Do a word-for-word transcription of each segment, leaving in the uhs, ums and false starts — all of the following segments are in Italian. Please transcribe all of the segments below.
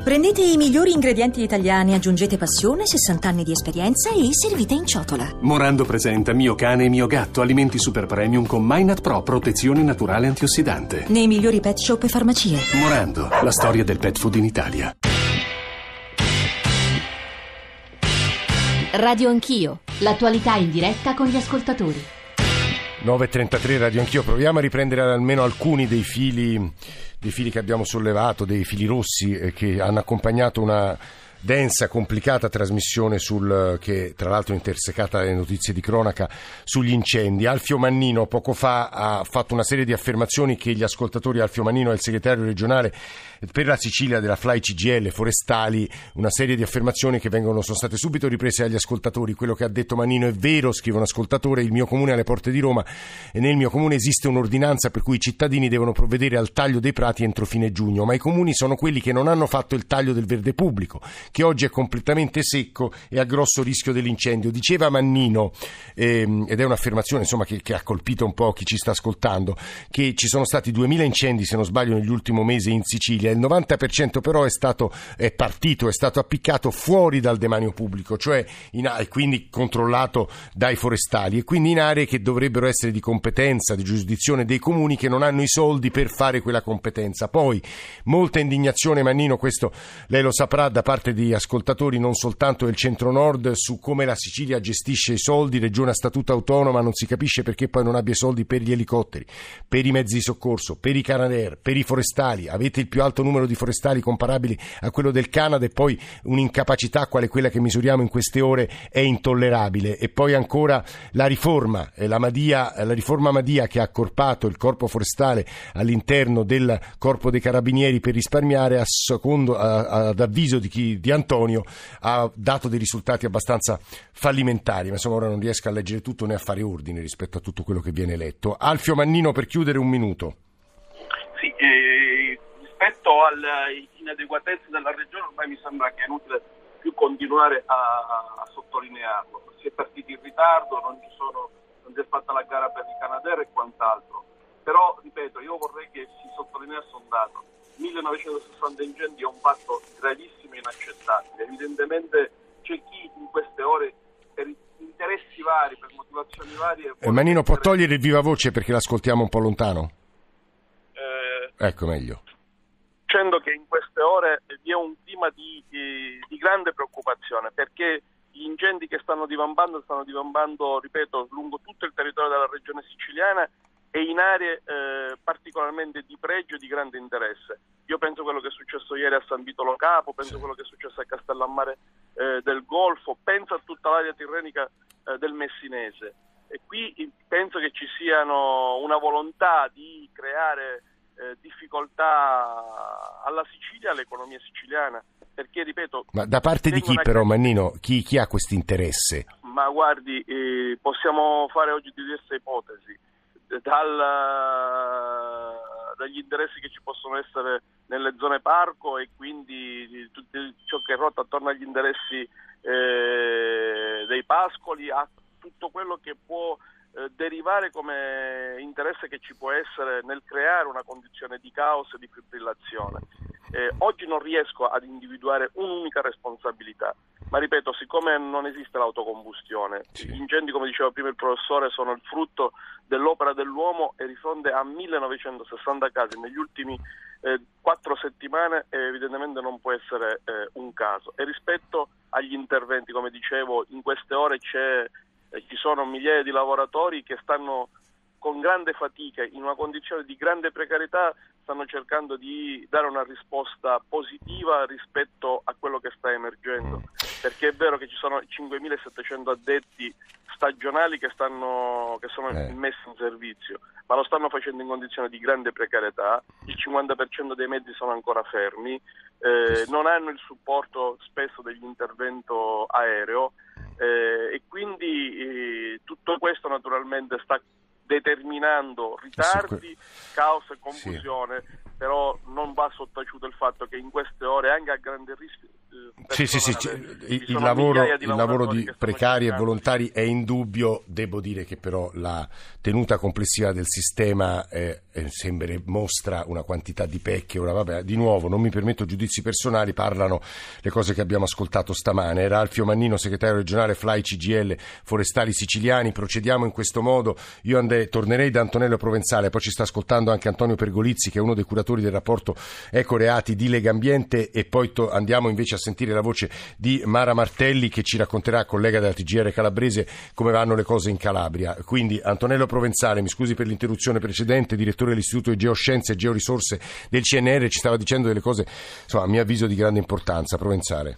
Prendete i migliori ingredienti italiani, aggiungete passione, sessanta anni di esperienza e servite in ciotola. Morando presenta Mio cane e mio gatto, alimenti super premium con Mynat Pro, protezione naturale antiossidante. Nei migliori pet shop e farmacie. Morando, la storia del pet food in Italia. Radio Anch'io, l'attualità in diretta con gli ascoltatori. nove e trentatré Radio Anch'io, proviamo a riprendere almeno alcuni dei fili, dei fili che abbiamo sollevato, dei fili rossi eh, che hanno accompagnato una densa, complicata trasmissione sul che tra l'altro intersecata dalle notizie di cronaca sugli incendi. Alfio Mannino poco fa ha fatto una serie di affermazioni che gli ascoltatori, Alfio Mannino è il segretario regionale per la Sicilia della F L A I C G I L Forestali, una serie di affermazioni che vengono sono state subito riprese agli ascoltatori. Quello che ha detto Mannino è vero, scrive un ascoltatore, il mio comune è alle porte di Roma e nel mio comune esiste un'ordinanza per cui i cittadini devono provvedere al taglio dei prati entro fine giugno, ma i comuni sono quelli che non hanno fatto il taglio del verde pubblico, che oggi è completamente secco e a grosso rischio dell'incendio. Diceva Mannino, ehm, ed è un'affermazione insomma che, che ha colpito un po' chi ci sta ascoltando, che ci sono stati duemila incendi, se non sbaglio, negli ultimi mesi in Sicilia. Il novanta per cento però è stato è partito, è stato appiccato fuori dal demanio pubblico, cioè in, e quindi controllato dai forestali, e quindi in aree che dovrebbero essere di competenza, di giurisdizione dei comuni che non hanno i soldi per fare quella competenza. Poi molta indignazione, Mannino, questo lei lo saprà, da parte di ascoltatori non soltanto del centro-nord su come la Sicilia gestisce i soldi, regione a statuto autonoma, non si capisce perché poi non abbia i soldi per gli elicotteri, per i mezzi di soccorso, per i Canadair, per i forestali. Avete il più alto numero di forestali comparabili a quello del Canada e poi un'incapacità quale quella che misuriamo in queste ore è intollerabile. E poi ancora la riforma, la, Madia, la riforma Madia, che ha accorpato il corpo forestale all'interno del corpo dei carabinieri per risparmiare, a secondo, a, ad avviso di, chi, di Antonio, ha dato dei risultati abbastanza fallimentari, ma insomma ora non riesco a leggere tutto né a fare ordine rispetto a tutto quello che viene letto. Alfio Mannino, per chiudere, un minuto. Sì, eh, rispetto alle inadeguatezze della regione ormai mi sembra che è inutile più continuare a, a sottolinearlo. Si è partiti in ritardo, non ci sono, non si è fatta la gara per il Canadair e quant'altro, però ripeto, io vorrei che si sottolineasse un dato: millenovecentosessanta incendi è un fatto gravissimo e inaccettabile. Evidentemente c'è chi in queste ore, per interessi vari, per motivazioni varie... Eh, Mannino, può togliere il viva voce perché l'ascoltiamo un po' lontano? Eh, ecco, meglio. Dicendo che in queste ore vi è un clima di, di, di grande preoccupazione, perché gli incendi che stanno divampando stanno divampando, ripeto, lungo tutto il territorio della regione siciliana e in aree eh, particolarmente di pregio e di grande interesse. Io penso a quello che è successo ieri a San Vito Lo Capo, penso a quello che è successo a Castellammare eh, del Golfo, penso a tutta l'area tirrenica eh, del Messinese. E qui penso che ci siano una volontà di creare eh, difficoltà alla Sicilia, all'economia siciliana, perché, ripeto... Ma da parte di chi però, Mannino? Chi, chi ha questo interesse? Ma guardi, eh, possiamo fare oggi diverse ipotesi. Dal, dagli interessi che ci possono essere nelle zone parco e quindi tutto ciò che ruota attorno agli interessi eh, dei pascoli, a tutto quello che può eh, derivare come interesse che ci può essere nel creare una condizione di caos e di fibrillazione. Eh, oggi non riesco ad individuare un'unica responsabilità, ma ripeto, siccome non esiste l'autocombustione, sì. Gli incendi, come diceva prima il professore, sono il frutto dell'opera dell'uomo e risponde a millenovecentosessanta casi negli ultimi eh, quattro settimane, e evidentemente non può essere eh, un caso. E rispetto agli interventi, come dicevo, in queste ore c'è, eh, ci sono migliaia di lavoratori che stanno con grande fatica, in una condizione di grande precarietà, stanno cercando di dare una risposta positiva rispetto a quello che sta emergendo, perché è vero che ci sono cinquemilasettecento addetti stagionali che stanno che sono eh. messi in servizio, ma lo stanno facendo in condizioni di grande precarietà. Il cinquanta per cento dei mezzi sono ancora fermi, eh, non hanno il supporto spesso dell'intervento aereo eh, e quindi eh, tutto questo naturalmente sta determinando ritardi, caos e confusione, sì. Però non va sottaciuto il fatto che in queste ore, anche a grande rischio, Sì, sì, sì, il, il lavoro, il lavoro di precari e volontari è indubbio. Devo dire che però la tenuta complessiva del sistema eh, eh, sembra mostra una quantità di pecche. Ora vabbè, di nuovo non mi permetto giudizi personali, parlano le cose che abbiamo ascoltato stamane. Era Alfio Mannino, segretario regionale F L A I C G I L Forestali Siciliani. Procediamo in questo modo. Io andrei, tornerei da Antonello Provenzale, poi ci sta ascoltando anche Antonio Pergolizzi, che è uno dei curatori del rapporto Ecoreati di Legambiente, e poi to- andiamo invece a sentire la voce di Mara Martelli, che ci racconterà, collega della T G R calabrese, come vanno le cose in Calabria. Quindi Antonello Provenzale, mi scusi per l'interruzione precedente, direttore dell'Istituto di Geoscienze e Georisorse del C N R, ci stava dicendo delle cose, insomma, a mio avviso di grande importanza. Provenzale.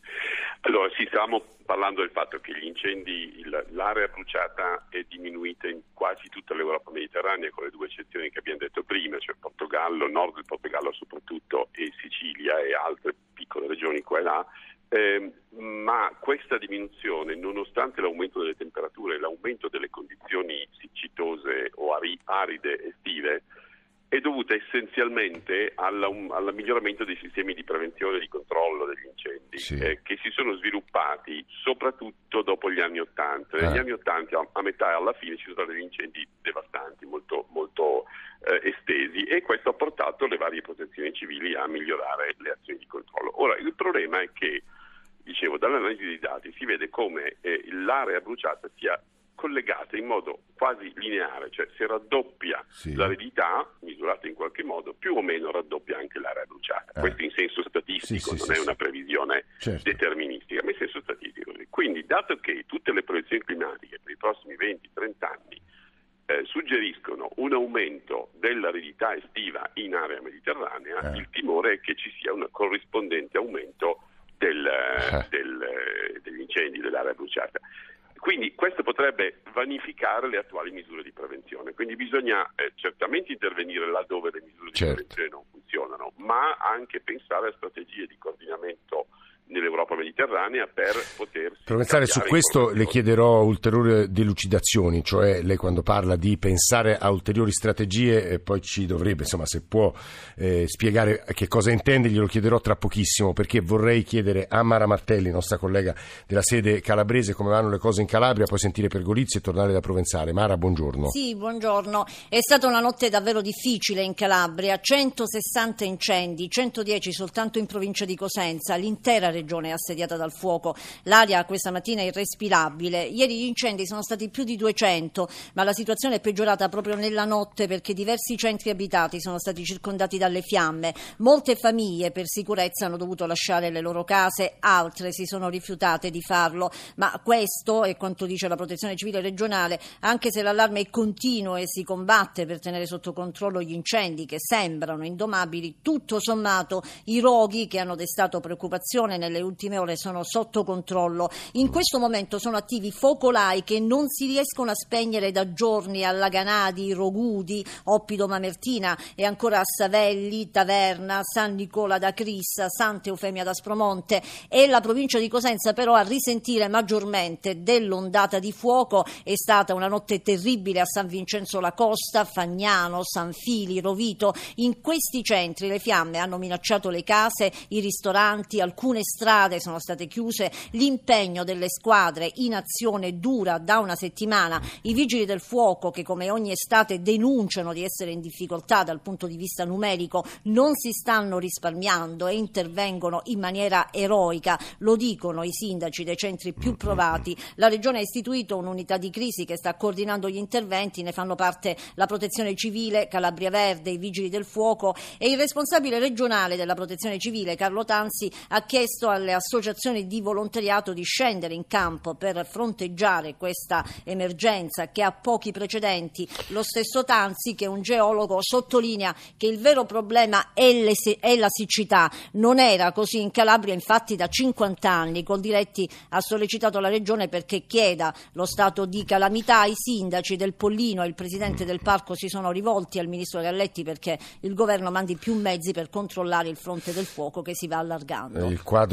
Allora, sì, stavamo parlando del fatto che gli incendi, l'area bruciata è diminuita in quasi tutta l'Europa mediterranea, con le due eccezioni che abbiamo detto prima, cioè Portogallo, nord del Portogallo soprattutto, e Sicilia e altre piccole regioni qua e là. Eh, ma questa diminuzione, nonostante l'aumento delle temperature, l'aumento delle condizioni siccitose o ari- aride estive, è dovuta essenzialmente alla, um, al miglioramento dei sistemi di prevenzione e di controllo degli incendi, sì. eh, che si sono sviluppati soprattutto dopo gli anni Ottanta. Negli ah. anni Ottanta, a, a metà e alla fine, ci sono stati degli incendi devastanti, molto, molto eh, estesi, e questo ha portato le varie protezioni civili a migliorare le azioni di controllo. Ora, il problema è che, dicevo, dall'analisi dei dati si vede come eh, l'area bruciata sia collegate in modo quasi lineare, cioè se raddoppia sì. l'aridità misurata in qualche modo, più o meno raddoppia anche l'area bruciata. Eh. Questo in senso statistico, sì, sì, non sì, è una previsione certo. deterministica, ma in senso statistico. Quindi, dato che tutte le proiezioni climatiche per i prossimi venti trenta anni eh, suggeriscono un aumento dell'aridità estiva in area mediterranea, eh. il timore è che ci sia un corrispondente aumento del, eh. del, degli incendi dell'area bruciata. Quindi questo potrebbe vanificare le attuali misure di prevenzione, quindi bisogna eh, certamente intervenire laddove le misure certo. di prevenzione non funzionano, ma anche pensare a strategie di coordinamento nell'Europa mediterranea per potersi... Provenzale, su questo le chiederò ulteriori delucidazioni, cioè lei quando parla di pensare a ulteriori strategie eh, poi ci dovrebbe, insomma, se può eh, spiegare che cosa intende, glielo chiederò tra pochissimo, perché vorrei chiedere a Mara Martelli, nostra collega della sede calabrese, come vanno le cose in Calabria, poi sentire Pergolizzi e tornare da Provenzale. Mara, buongiorno. Sì, buongiorno. È stata una notte davvero difficile in Calabria, centosessanta incendi, centodieci soltanto in provincia di Cosenza, l'intera regione è assediata dal fuoco. L'aria questa mattina è irrespirabile. Ieri gli incendi sono stati più di duecento, ma la situazione è peggiorata proprio nella notte perché diversi centri abitati sono stati circondati dalle fiamme. Molte famiglie per sicurezza hanno dovuto lasciare le loro case, altre si sono rifiutate di farlo, ma questo è quanto dice la Protezione Civile regionale, anche se l'allarme è continuo e si combatte per tenere sotto controllo gli incendi che sembrano indomabili. Tutto sommato i roghi che hanno destato preoccupazione nelle ultime ore sono sotto controllo. In questo momento sono attivi focolai che non si riescono a spegnere da giorni a Laganadi, Rogudi, Oppido Mamertina e ancora a Savelli, Taverna, San Nicola da Crissa, Santa Eufemia d'Aspromonte, e la provincia di Cosenza però a risentire maggiormente dell'ondata di fuoco. È stata una notte terribile a San Vincenzo la Costa, Fagnano, San Fili, Rovito. In questi centri le fiamme hanno minacciato le case, i ristoranti, alcune strade sono state chiuse. L'impegno delle squadre in azione dura da una settimana. I vigili del fuoco, che come ogni estate denunciano di essere in difficoltà dal punto di vista numerico, non si stanno risparmiando e intervengono in maniera eroica. Lo dicono i sindaci dei centri più provati. La Regione ha istituito un'unità di crisi che sta coordinando gli interventi, ne fanno parte la Protezione Civile, Calabria Verde, i Vigili del Fuoco, e il responsabile regionale della Protezione Civile, Carlo Tanzi, ha chiesto alle associazioni di volontariato di scendere in campo per fronteggiare questa emergenza che ha pochi precedenti. Lo stesso Tanzi, che è un geologo, sottolinea che il vero problema è, le, è la siccità. Non era così in Calabria, infatti da cinquanta anni. Coldiretti ha sollecitato la Regione perché chieda lo stato di calamità. I sindaci del Pollino e il presidente del parco si sono rivolti al ministro Galletti perché il governo mandi più mezzi per controllare il fronte del fuoco che si va allargando. Il quadro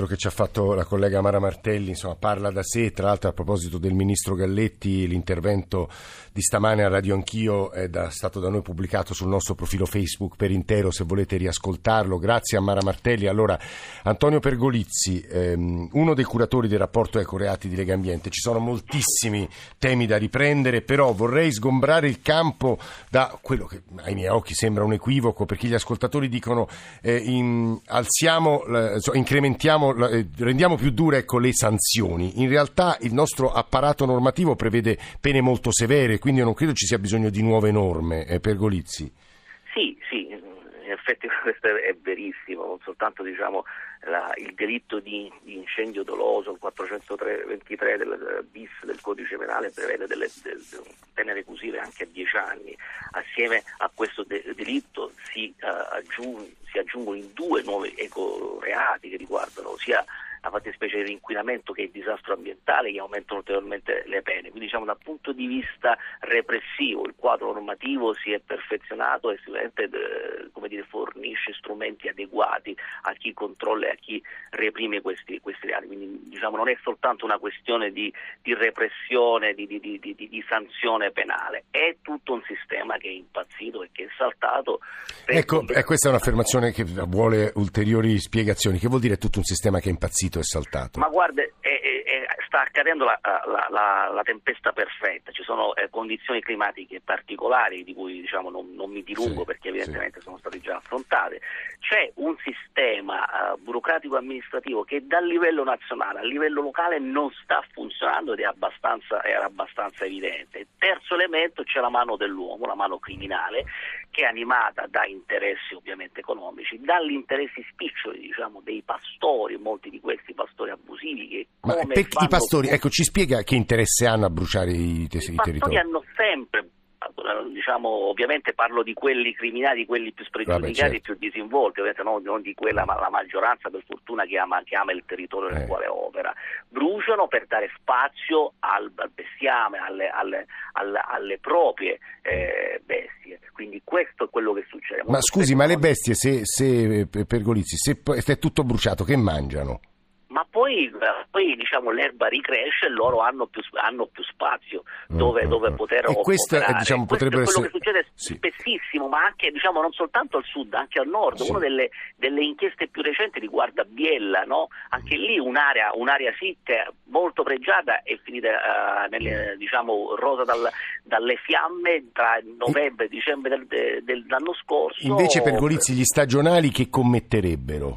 quadro che ci ha fatto la collega Mara Martelli, insomma, parla da sé. Tra l'altro, a proposito del ministro Galletti, l'intervento di stamane a Radio Anch'io è da, stato da noi pubblicato sul nostro profilo Facebook per intero, se volete riascoltarlo. Grazie a Mara Martelli. Allora, Antonio Pergolizzi, ehm, uno dei curatori del rapporto Ecoreati di Legambiente. Ci sono moltissimi temi da riprendere, però vorrei sgombrare il campo da quello che ai miei occhi sembra un equivoco, perché gli ascoltatori dicono eh, in, alziamo, eh, incrementiamo, eh, rendiamo più dure, ecco, le sanzioni. In realtà il nostro apparato normativo prevede pene molto severe, quindi io non credo ci sia bisogno di nuove norme. eh, Pergolizzi. Sì, sì, in effetti questo è verissimo, non soltanto diciamo la, il delitto di, di incendio doloso, il quattrocentoventitré del bis del codice penale prevede delle, delle pene reclusive anche a dieci anni. Assieme a questo de, delitto si, uh, aggiung, si aggiungono in due nuovi ecoreati che riguardano sia la fattispecie di inquinamento che il disastro ambientale, che aumentano ulteriormente le pene. Quindi diciamo dal punto di vista repressivo il quadro normativo si è perfezionato e sicuramente eh, come dire, fornisce strumenti adeguati a chi controlla e a chi reprime questi, questi reati. Quindi diciamo non è soltanto una questione di, di repressione, di, di, di, di, di sanzione penale, è tutto un sistema che è impazzito e che è saltato. Ecco, eh, questa è un'affermazione che vuole ulteriori spiegazioni. Che vuol dire tutto un sistema che è impazzito e saltato? Ma guarda, è, è, è, sta accadendo la, la, la, la tempesta perfetta, ci sono eh, condizioni climatiche particolari di cui diciamo non, non mi dilungo, sì, perché evidentemente sì. sono state già affrontate. C'è un sistema uh, burocratico amministrativo che dal livello nazionale a livello locale non sta funzionando ed è abbastanza, era abbastanza evidente. Terzo elemento, c'è la mano dell'uomo, la mano criminale, che è animata da interessi ovviamente economici, dagli interessi spiccioli diciamo dei pastori, molti di questi pastori abusivi che Ma come per fanno... i pastori, ecco, ci spiega che interesse hanno a bruciare i, te- i, i territori? I pastori hanno sempre, diciamo, ovviamente parlo di quelli criminali, quelli più spregiudicati, Vabbè, certo. più disinvolti, ovviamente non, non di quella, ma la maggioranza per fortuna che ama, che ama il territorio nel eh. quale opera. Bruciano per dare spazio al, al bestiame, alle, alle, alle, alle proprie eh, bestie. Quindi questo è quello che succede. Ma scusi, ma le bestie, se, se Pergolizzi, se, se è tutto bruciato, che mangiano? Ma poi, poi diciamo l'erba ricresce e loro hanno più, hanno più spazio dove, mm, dove poter e questo operare. È, diciamo, questo potrebbe è quello essere... che succede sì. spessissimo, ma anche diciamo non soltanto al sud, anche al nord. Sì. Una delle, delle inchieste più recenti riguarda Biella, no? Anche lì un'area, un'area sitte molto pregiata è finita uh, nelle, diciamo rosa dal, dalle fiamme tra novembre e dicembre del, del, dell'anno scorso. Invece Pergolizzi gli stagionali che commetterebbero?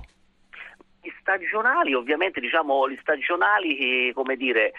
Gli stagionali, ovviamente diciamo gli stagionali, eh, come dire,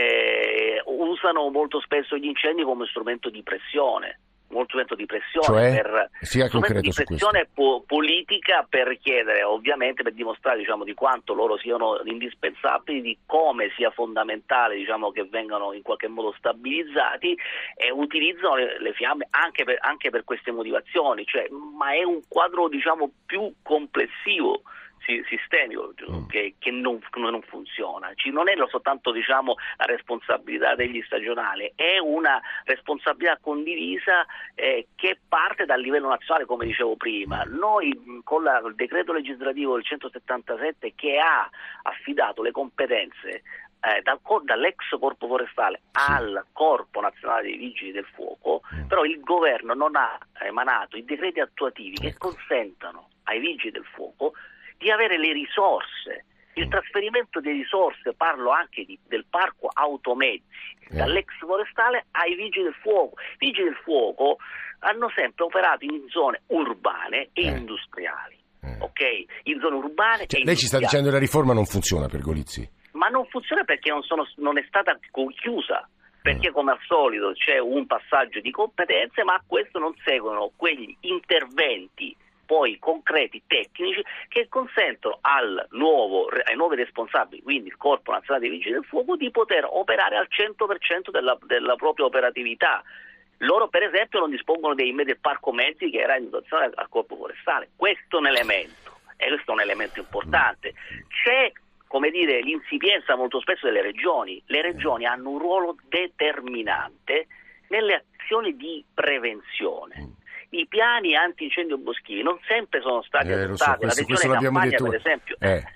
eh, usano molto spesso gli incendi come strumento di pressione. Molto strumento di pressione, cioè, per, sia concreto di pressione po- politica per chiedere, ovviamente per dimostrare diciamo di quanto loro siano indispensabili, di come sia fondamentale diciamo che vengano in qualche modo stabilizzati, e utilizzano le, le fiamme anche per, anche per queste motivazioni, cioè, ma è un quadro diciamo più complessivo, sistemico mm. che, che non, non funziona. Ci, non è soltanto diciamo la responsabilità degli stagionali, è una responsabilità condivisa eh, che parte dal livello nazionale, come dicevo prima. Noi con la, il decreto legislativo del centosettantasette che ha affidato le competenze Eh, dal, dall'ex corpo forestale sì. al corpo nazionale dei vigili del fuoco, mm. però il governo non ha emanato i decreti attuativi che ecco. consentano ai vigili del fuoco di avere le risorse, il trasferimento di risorse, parlo anche di, del parco automezzi, eh. dall'ex forestale ai vigili del fuoco. I vigili del fuoco hanno sempre operato in zone urbane e eh. industriali, eh. ok? In zone urbane cioè, e lei ci sta dicendo che la riforma non funziona, Pergolizzi? Ma non funziona perché non, sono, non è stata chiusa, perché come al solito c'è un passaggio di competenze, ma a questo non seguono quegli interventi poi concreti, tecnici, che consentono al nuovo, ai nuovi responsabili, quindi il Corpo Nazionale dei Vigili del Fuoco, di poter operare al cento per cento della, della propria operatività. Loro per esempio non dispongono dei del parco mezzi che era in dotazione al Corpo Forestale. Questo è un elemento, e questo è un elemento importante. C'è, come dire, l'insipienza molto spesso delle regioni. Le regioni hanno un ruolo determinante nelle azioni di prevenzione. I piani antincendio boschivi non sempre sono stati eh, adottati. So, questo, la regione Campania, per esempio, eh.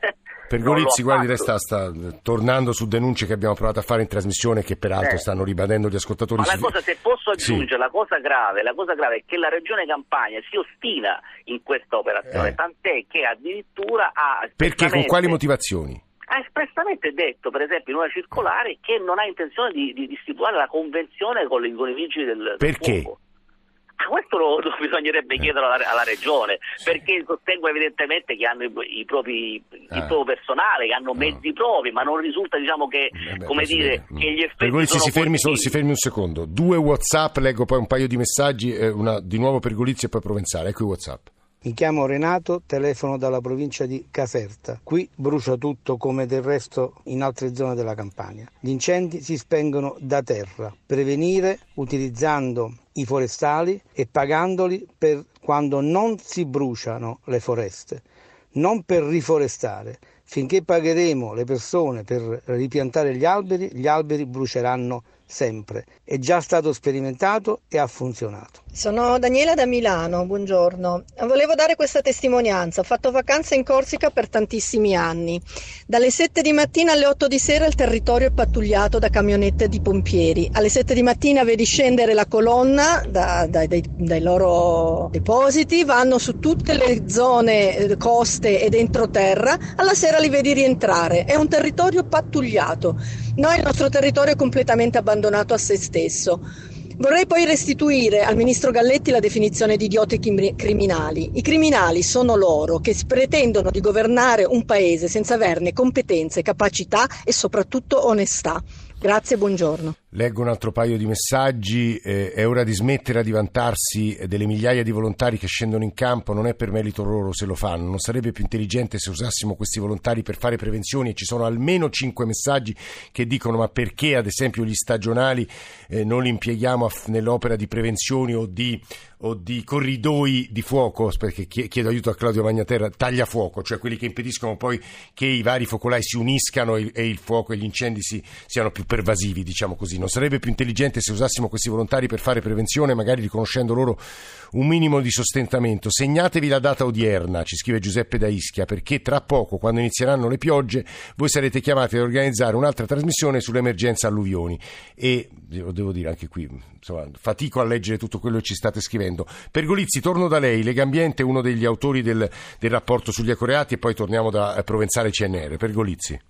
Pergolizzi, guardi, lei sta, sta tornando su denunce che abbiamo provato a fare in trasmissione, che peraltro eh. stanno ribadendo gli ascoltatori. Ma la cosa, se posso aggiungere, sì. la cosa grave, la cosa grave è che la Regione Campania si ostina in questa operazione, eh. tant'è che addirittura ha... Perché? Con quali motivazioni? Ha espressamente detto, per esempio, in una circolare che non ha intenzione di, di, di stipulare la convenzione con, le, con i vigili del, Perché? del fuoco. Questo lo, lo bisognerebbe chiedere alla, alla Regione, perché sostengo evidentemente che hanno i, i propri il ah. proprio personale, che hanno mezzi no. propri, ma non risulta, diciamo, che Vabbè, come dire vede. che gli effetti Pergolizzi, sono si fermi, positivi. si fermi un secondo. Due WhatsApp, leggo poi un paio di messaggi, eh, una di nuovo Pergolizzi e poi Provenzale. Ecco i WhatsApp. Mi chiamo Renato, telefono dalla provincia di Caserta. Qui brucia tutto come del resto in altre zone della Campania. Gli incendi si spengono da terra. Prevenire utilizzando i forestali e pagandoli per quando non si bruciano le foreste, non per riforestare. Finché pagheremo le persone per ripiantare gli alberi, gli alberi bruceranno sempre. È già stato sperimentato e ha funzionato. Sono Daniela da Milano, buongiorno. Volevo dare questa testimonianza. Ho fatto vacanza in Corsica per tantissimi anni. Dalle sette di mattina alle otto di sera il territorio è pattugliato da camionette di pompieri. Alle sette di mattina vedi scendere la colonna da, da, dai, dai loro depositi, vanno su tutte le zone coste ed entroterra, alla sera li vedi rientrare. È un territorio pattugliato. Noi il nostro territorio è completamente abbandonato a se stesso. Vorrei poi restituire al ministro Galletti la definizione di idioti criminali. I criminali sono loro che pretendono di governare un paese senza averne competenze, capacità e soprattutto onestà. Grazie e buongiorno. Leggo un altro paio di messaggi. Eh, è ora di smettere di vantarsi delle migliaia di volontari che scendono in campo. Non è per merito loro se lo fanno. Non sarebbe più intelligente se usassimo questi volontari per fare prevenzioni? E ci sono almeno cinque messaggi che dicono: ma perché ad esempio gli stagionali eh, non li impieghiamo a, nell'opera di prevenzioni o di, o di corridoi di fuoco? Perché chiedo aiuto a Claudio Magnaterra. Tagliafuoco, cioè quelli che impediscono poi che i vari focolai si uniscano e, e il fuoco e gli incendi si, siano più pervasivi, diciamo così. Non sarebbe più intelligente se usassimo questi volontari per fare prevenzione, magari riconoscendo loro un minimo di sostentamento? Segnatevi la data odierna, ci scrive Giuseppe da Ischia, perché tra poco, quando inizieranno le piogge, voi sarete chiamati ad organizzare un'altra trasmissione sull'emergenza alluvioni. E devo dire anche qui, insomma, fatico a leggere tutto quello che ci state scrivendo. Pergolizzi, torno da lei. Legambiente è uno degli autori del, del rapporto sugli ecoreati, e poi torniamo da Provenzale C N R. Pergolizzi.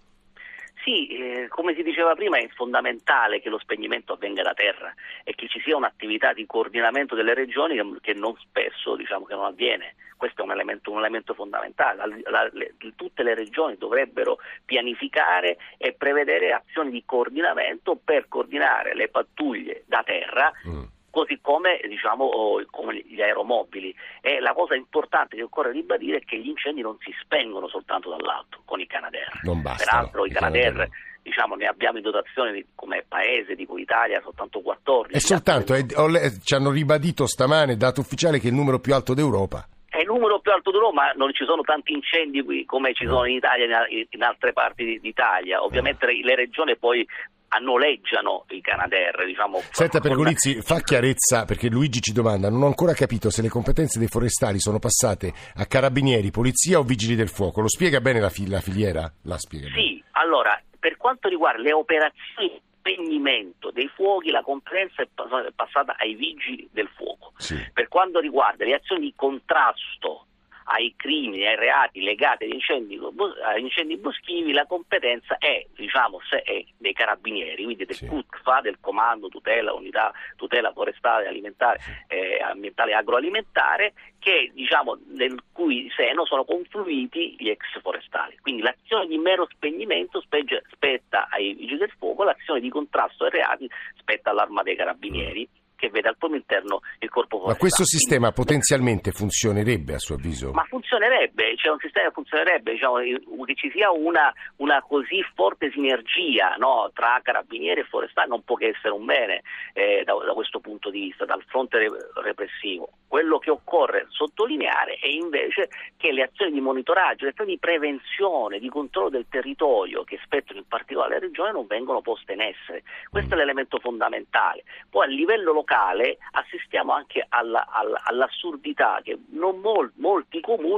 Sì, eh, come si diceva prima, è fondamentale che lo spegnimento avvenga da terra e che ci sia un'attività di coordinamento delle regioni che, che non spesso, diciamo, che non avviene. Questo è un elemento, un elemento fondamentale. La, la, le, tutte le regioni dovrebbero pianificare e prevedere azioni di coordinamento per coordinare le pattuglie da terra. Mm. Così come, diciamo, come gli aeromobili. E la cosa importante che occorre ribadire è che gli incendi non si spengono soltanto dall'alto con i Canadair. Non basta. Peraltro i i Canadair, diciamo, ne abbiamo in dotazione come paese, tipo Italia, soltanto quattordici. E soltanto, eh, ci hanno ribadito stamane, dato ufficiale, che è il numero più alto d'Europa. È il numero più alto d'Europa, ma non ci sono tanti incendi qui come ci sono in Italia e in altre parti d'Italia. Ovviamente le regioni poi noleggiano i Canadair, diciamo. Senta Pergolizzi, fa chiarezza, perché Luigi ci domanda: non ho ancora capito se le competenze dei forestali sono passate a carabinieri, polizia o vigili del fuoco. Lo spiega bene la, fi- la filiera? La spiega bene. Sì, allora, per quanto riguarda le operazioni di spegnimento dei fuochi, la competenza è passata ai vigili del fuoco. Sì. Per quanto riguarda le azioni di contrasto ai crimini, ai reati legati agli incendi, agli incendi boschivi, la competenza è, diciamo, se è dei carabinieri, quindi del sì. C U T F A, del Comando Tutela Unità Tutela Forestale Alimentare eh, Ambientale e Agroalimentare, che, diciamo, nel cui seno sono confluiti gli ex forestali. Quindi l'azione di mero spegnimento spegge, spetta ai vigili del fuoco, l'azione di contrasto ai reati spetta all'Arma dei Carabinieri, mm. che vede al proprio interno il corpo forestale. Ma questo sistema potenzialmente funzionerebbe, a suo avviso? Ma funzionerebbe, cioè un sistema che funzionerebbe, diciamo, che ci sia una, una così forte sinergia, no, tra carabinieri e forestali non può che essere un bene eh, da, da questo punto di vista, dal fronte re, repressivo. Quello che occorre sottolineare è invece che le azioni di monitoraggio, le azioni di prevenzione, di controllo del territorio che spettano in particolare alle regioni non vengono poste in essere. Questo è l'elemento fondamentale. Poi a livello locale assistiamo anche alla, alla, all'assurdità che non mol, molti comuni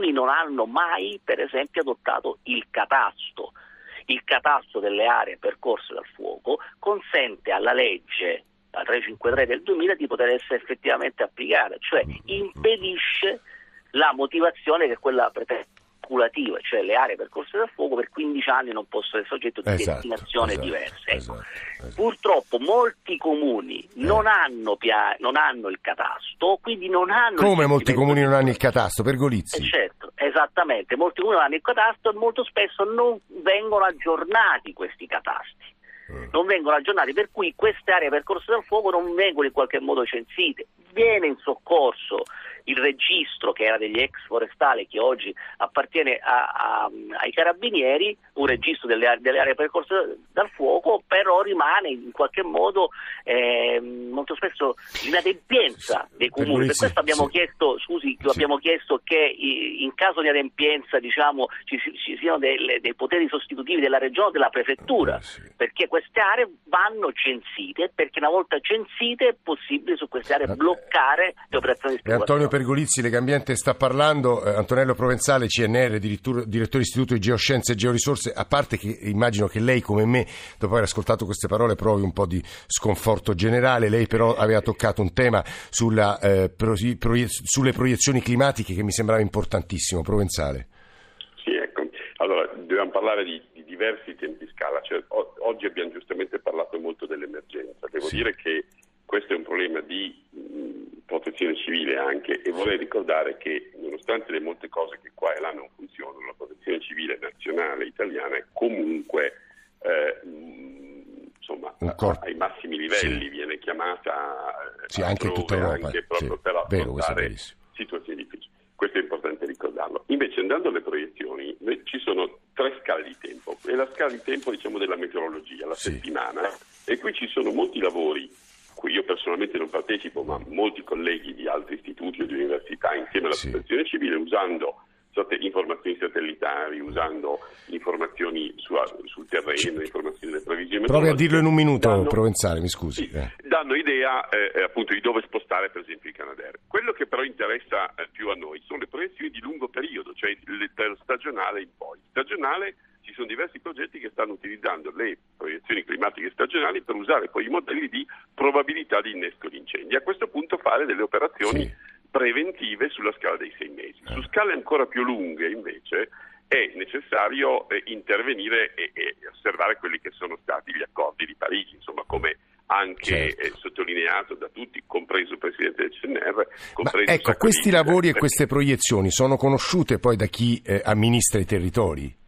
comuni non hanno mai, per esempio, adottato il catasto. Il catasto delle aree percorse dal fuoco consente alla legge, la trecentocinquantatré del duemila, di poter essere effettivamente applicata, cioè impedisce la motivazione che è quella speculativa, cioè le aree percorse dal fuoco per quindici anni non possono essere soggetto di esatto, destinazione esatto, diverse. Ecco. Esatto, esatto. Purtroppo molti comuni eh. non hanno pia- non hanno il catasto, quindi non hanno... Come molti comuni non hanno il catasto? Pergolizzi? Eh certo, esattamente, molti comuni non hanno il catasto e molto spesso non vengono aggiornati questi catasti. Mm. Non vengono aggiornati, per cui queste aree percorse dal fuoco non vengono in qualche modo censite. Viene in soccorso il registro che era degli ex forestali, che oggi appartiene a, a, ai carabinieri, un registro delle, delle aree percorse dal fuoco, però rimane in qualche modo eh, molto spesso inadempienza dei comuni. Per questo abbiamo sì. chiesto, scusi, sì. abbiamo chiesto che in caso di adempienza, diciamo, ci, ci siano delle, dei poteri sostitutivi della regione o della prefettura, sì. perché queste aree vanno censite, perché una volta censite è possibile su queste aree bloccare le operazioni di speculazione. Antonio Pergolizzi, Legambiente sta parlando, eh, Antonello Provenzale, C N R, direttore, direttore Istituto di Geoscienze e Georisorse, a parte che immagino che lei come me, dopo aver ascoltato queste parole, provi un po' di sconforto generale. Lei però aveva toccato un tema sulla, eh, pro, proie, sulle proiezioni climatiche che mi sembrava importantissimo. Provenzale. Sì, ecco, allora dobbiamo parlare di, di diversi tempi scala, cioè, o, oggi abbiamo giustamente parlato molto dell'emergenza, devo sì. dire che questo è un problema di mh, protezione civile anche, e vorrei ricordare che nonostante le molte cose che qua e là non funzionano, la protezione civile nazionale italiana è comunque eh, mh, insomma a, ai massimi livelli, sì. viene chiamata eh, sì, anche in tutta Europa, anche proprio sì. per affrontare Vero, situazioni difficili. Questo è importante ricordarlo. Invece, andando alle proiezioni, ci sono tre scale di tempo, e la scala di tempo, diciamo, della meteorologia, la sì. settimana, e qui ci sono molti lavori cui io personalmente non partecipo, ma molti colleghi di altri istituti o di università insieme alla sì. protezione civile, usando informazioni satellitari, usando informazioni su, sul terreno, sì. informazioni delle previsioni. Provi a dirlo in un minuto, danno, Provenzale, mi scusi. Sì, eh. danno idea eh, appunto di dove spostare per esempio i Canadair. Quello che però interessa eh, più a noi sono le proiezioni di lungo periodo, cioè le, dal stagionale in poi. Stagionale, ci sono diversi progetti che stanno utilizzando le proiezioni climatiche stagionali per usare poi i modelli di probabilità di innesco di incendi. A questo punto fare delle operazioni sì. preventive sulla scala dei sei mesi. Su scale ancora più lunghe, invece, è necessario eh, intervenire e, e osservare quelli che sono stati gli accordi di Parigi, insomma, come anche certo. eh, sottolineato da tutti, compreso il Presidente del C N R. Ma ecco, questi lavori e queste proiezioni sono conosciute poi da chi eh, amministra i territori?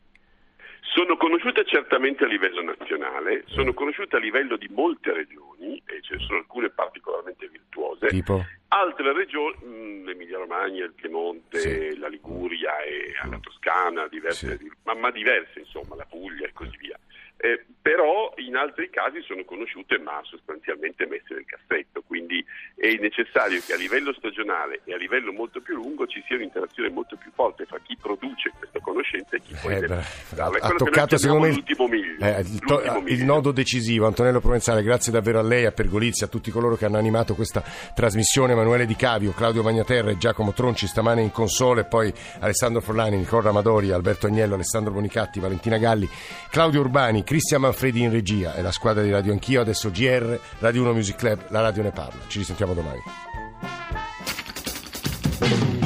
Sono conosciute certamente a livello nazionale, sono conosciute a livello di molte regioni, e ce ne sono alcune particolarmente virtuose. Tipo? Altre regioni, l'Emilia Romagna, il Piemonte, sì. la Liguria e la Toscana, diverse, sì. ma, ma diverse, insomma, la Puglia e così via. Eh, però in altri casi sono conosciute ma sostanzialmente messe nel cassetto, quindi è necessario che a livello stagionale e a livello molto più lungo ci sia un'interazione molto più forte fra chi produce questa conoscenza e chi poi eh, deve darla. Ha toccato secondo me l'ultimo miglio, eh, il, to- il nodo decisivo. Antonello Provenzale, grazie davvero a lei, a Pergolizzi, a tutti coloro che hanno animato questa trasmissione, Emanuele Di Cavio, Claudio Magnaterra e Giacomo Tronci stamane in console, e poi Alessandro Forlani, Nicola Amadori, Alberto Agnello, Alessandro Bonicatti, Valentina Galli, Claudio Urbani, Cristian Manfredi in regia e la squadra di Radio Anch'io. Adesso G R, Radio uno Music Club, la radio ne parla. Ci risentiamo domani.